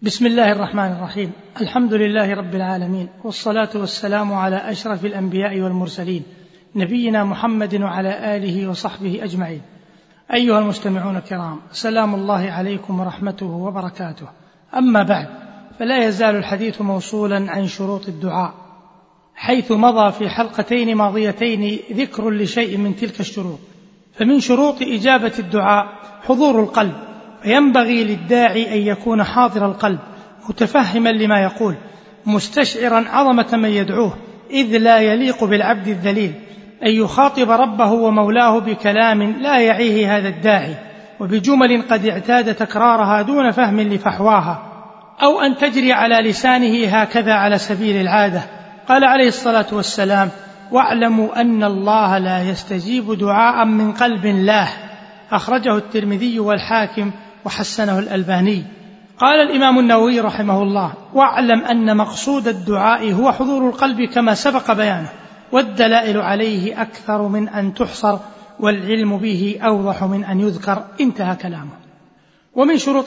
بسم الله الرحمن الرحيم. الحمد لله رب العالمين، والصلاة والسلام على أشرف الأنبياء والمرسلين نبينا محمد وعلى آله وصحبه أجمعين. أيها المستمعون الكرام، سلام الله عليكم ورحمته وبركاته. أما بعد، فلا يزال الحديث موصولا عن شروط الدعاء، حيث مضى في حلقتين ماضيتين ذكر لشيء من تلك الشروط. فمن شروط إجابة الدعاء حضور القلب، فينبغي للداعي أن يكون حاضر القلب متفهما لما يقول، مستشعرا عظمة من يدعوه، إذ لا يليق بالعبد الذليل أن يخاطب ربه ومولاه بكلام لا يعيه هذا الداعي، وبجمل قد اعتاد تكرارها دون فهم لفحواها، أو أن تجري على لسانه هكذا على سبيل العادة. قال عليه الصلاة والسلام: واعلموا أن الله لا يستجيب دعاء من قلب لاه. أخرجه الترمذي والحاكم وحسنه الألباني. قال الإمام النووي رحمه الله: واعلم أن مقصود الدعاء هو حضور القلب كما سبق بيانه، والدلائل عليه أكثر من أن تحصر، والعلم به أوضح من أن يذكر. انتهى كلامه. ومن شروط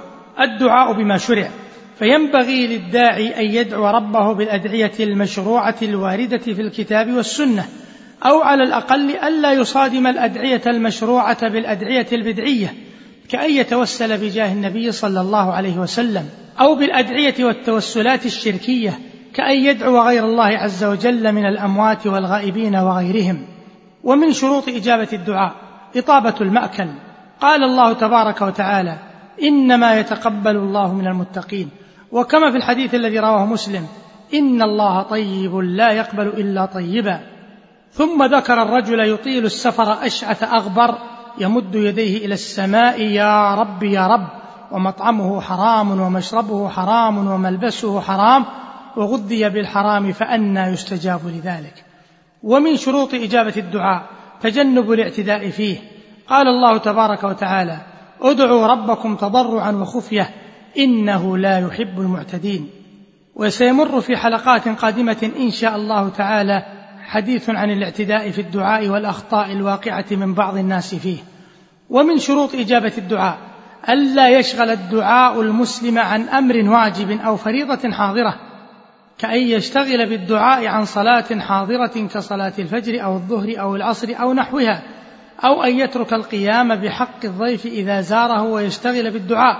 الدعاء بما شرع، فينبغي للداعي أن يدعو ربه بالأدعية المشروعة الواردة في الكتاب والسنة، أو على الأقل ألا يصادم الأدعية المشروعة بالأدعية البدعية، كأن يتوسل بجاه النبي صلى الله عليه وسلم، أو بالأدعية والتوسلات الشركية، كأن يدعو غير الله عز وجل من الأموات والغائبين وغيرهم. ومن شروط إجابة الدعاء إطابة المأكل. قال الله تبارك وتعالى: إنما يتقبل الله من المتقين. وكما في الحديث الذي رواه مسلم: إن الله طيب لا يقبل إلا طيبا. ثم ذكر الرجل يطيل السفر أشعث أغبر يمد يديه إلى السماء: يا رب يا رب، ومطعمه حرام ومشربه حرام وملبسه حرام وغذي بالحرام، فأنى يستجاب لذلك. ومن شروط إجابة الدعاء تجنب الاعتداء فيه. قال الله تبارك وتعالى: ادعوا ربكم تضرعا وخفية إنه لا يحب المعتدين. وسيمر في حلقات قادمة إن شاء الله تعالى حديث عن الاعتداء في الدعاء والأخطاء الواقعة من بعض الناس فيه. ومن شروط إجابة الدعاء ألا يشغل الدعاء المسلم عن أمر واجب أو فريضة حاضرة، كأن يشتغل بالدعاء عن صلاة حاضرة كصلاة الفجر أو الظهر أو العصر أو نحوها، أو أن يترك القيام بحق الضيف إذا زاره ويشتغل بالدعاء،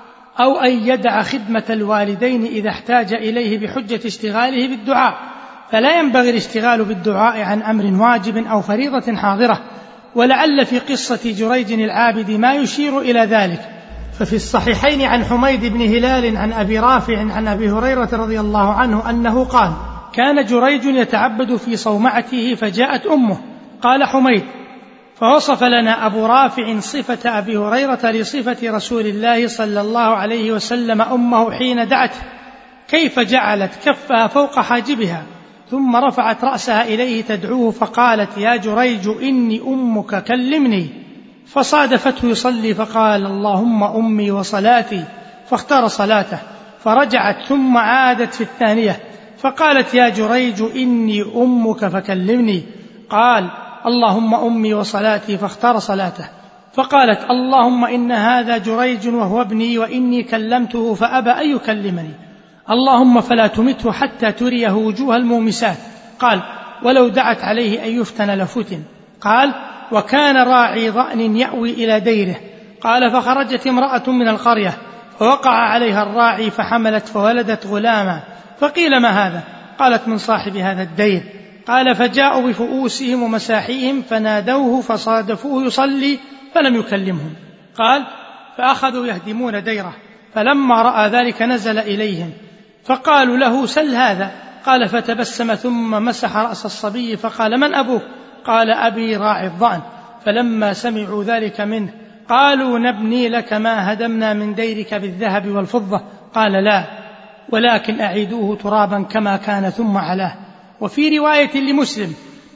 أو أن يدع خدمة الوالدين إذا احتاج إليه بحجة اشتغاله بالدعاء. فلا ينبغي الاشتغال بالدعاء عن أمر واجب أو فريضة حاضرة. ولعل في قصة جريج العابد ما يشير إلى ذلك. ففي الصحيحين عن حميد بن هلال عن أبي رافع عن أبي هريرة رضي الله عنه أنه قال: كان جريج يتعبد في صومعته فجاءت أمه. قال حميد: فوصف لنا أبو رافع صفة أبي هريرة لصفة رسول الله صلى الله عليه وسلم أمه حين دعته، كيف جعلت كفها فوق حاجبها، ثم رفعت رأسها إليه تدعوه فقالت: يا جريج إني أمك كلمني. فصادفته يصلي فقال: اللهم أمي وصلاتي، فاختار صلاته. فرجعت ثم عادت في الثانية فقالت: يا جريج إني أمك فكلمني. قال: اللهم أمي وصلاتي، فاختار صلاته. فقالت: اللهم إن هذا جريج وهو ابني وإني كلمته فأبى أن يكلمني، اللهم فلا تمته حتى تريه وجوه المومسات. قال: ولو دعت عليه أن يفتن لفتن. قال: وكان راعي ضأن يأوي إلى ديره. قال: فخرجت امرأة من القرية فوقع عليها الراعي فحملت فولدت غلاما، فقيل: ما هذا؟ قالت: من صاحب هذا الدير. قال: فجاءوا بفؤوسهم ومساحيهم فنادوه فصادفوه يصلي فلم يكلمهم. قال: فأخذوا يهدمون ديره، فلما رأى ذلك نزل إليهم فقالوا له: سل هذا. قال: فتبسم ثم مسح رأس الصبي فقال: من أبوك؟ قال: أبي راعي الضأن. فلما سمعوا ذلك منه قالوا: نبني لك ما هدمنا من ديرك بالذهب والفضة. قال: لا، ولكن أعيدوه ترابا كما كان ثم علاه. وفي رواية لمسلم: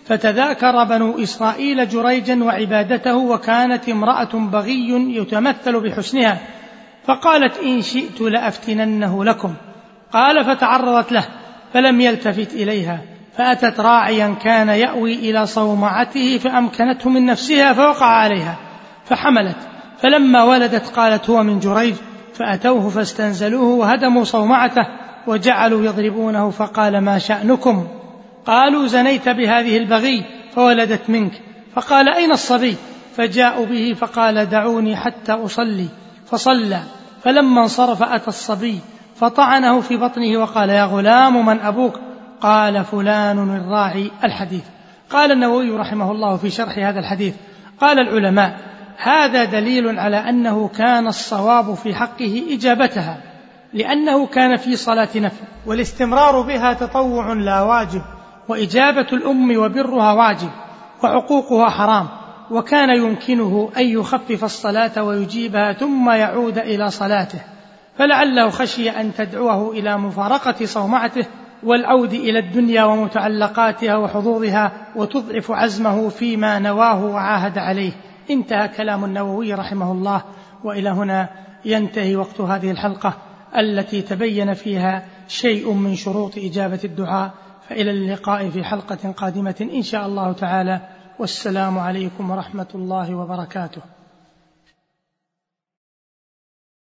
فتذاكر بنو إسرائيل جريجا وعبادته، وكانت امرأة بغي يتمثل بحسنها، فقالت: إن شئت لأفتننه لكم. قال: فتعرضت له فلم يلتفت إليها، فأتت راعيا كان يأوي إلى صومعته فأمكنته من نفسها فوقع عليها فحملت، فلما ولدت قالت: هو من جريج، فأتوه فاستنزلوه وهدموا صومعته وجعلوا يضربونه، فقال: ما شأنكم؟ قالوا: زنيت بهذه البغي فولدت منك. فقال: أين الصبي؟ فجاءوا به فقال: دعوني حتى أصلي، فصلى. فلما انصرف أتى الصبي فطعنه في بطنه وقال: يا غلام من أبوك؟ قال: فلان الراعي. الحديث. قال النووي رحمه الله في شرح هذا الحديث: قال العلماء: هذا دليل على أنه كان الصواب في حقه إجابتها، لأنه كان في صلاة نفل، والاستمرار بها تطوع لا واجب، وإجابة الأم وبرها واجب، وعقوقها حرام، وكان يمكنه أن يخفف الصلاة ويجيبها ثم يعود إلى صلاته، فلعله خشي أن تدعوه إلى مفارقة صومعته والعود إلى الدنيا ومتعلقاتها وحظوظها وتضعف عزمه فيما نواه وعاهد عليه. انتهى كلام النووي رحمه الله. وإلى هنا ينتهي وقت هذه الحلقة التي تبين فيها شيء من شروط إجابة الدعاء، فإلى اللقاء في حلقة قادمة إن شاء الله تعالى، والسلام عليكم ورحمة الله وبركاته.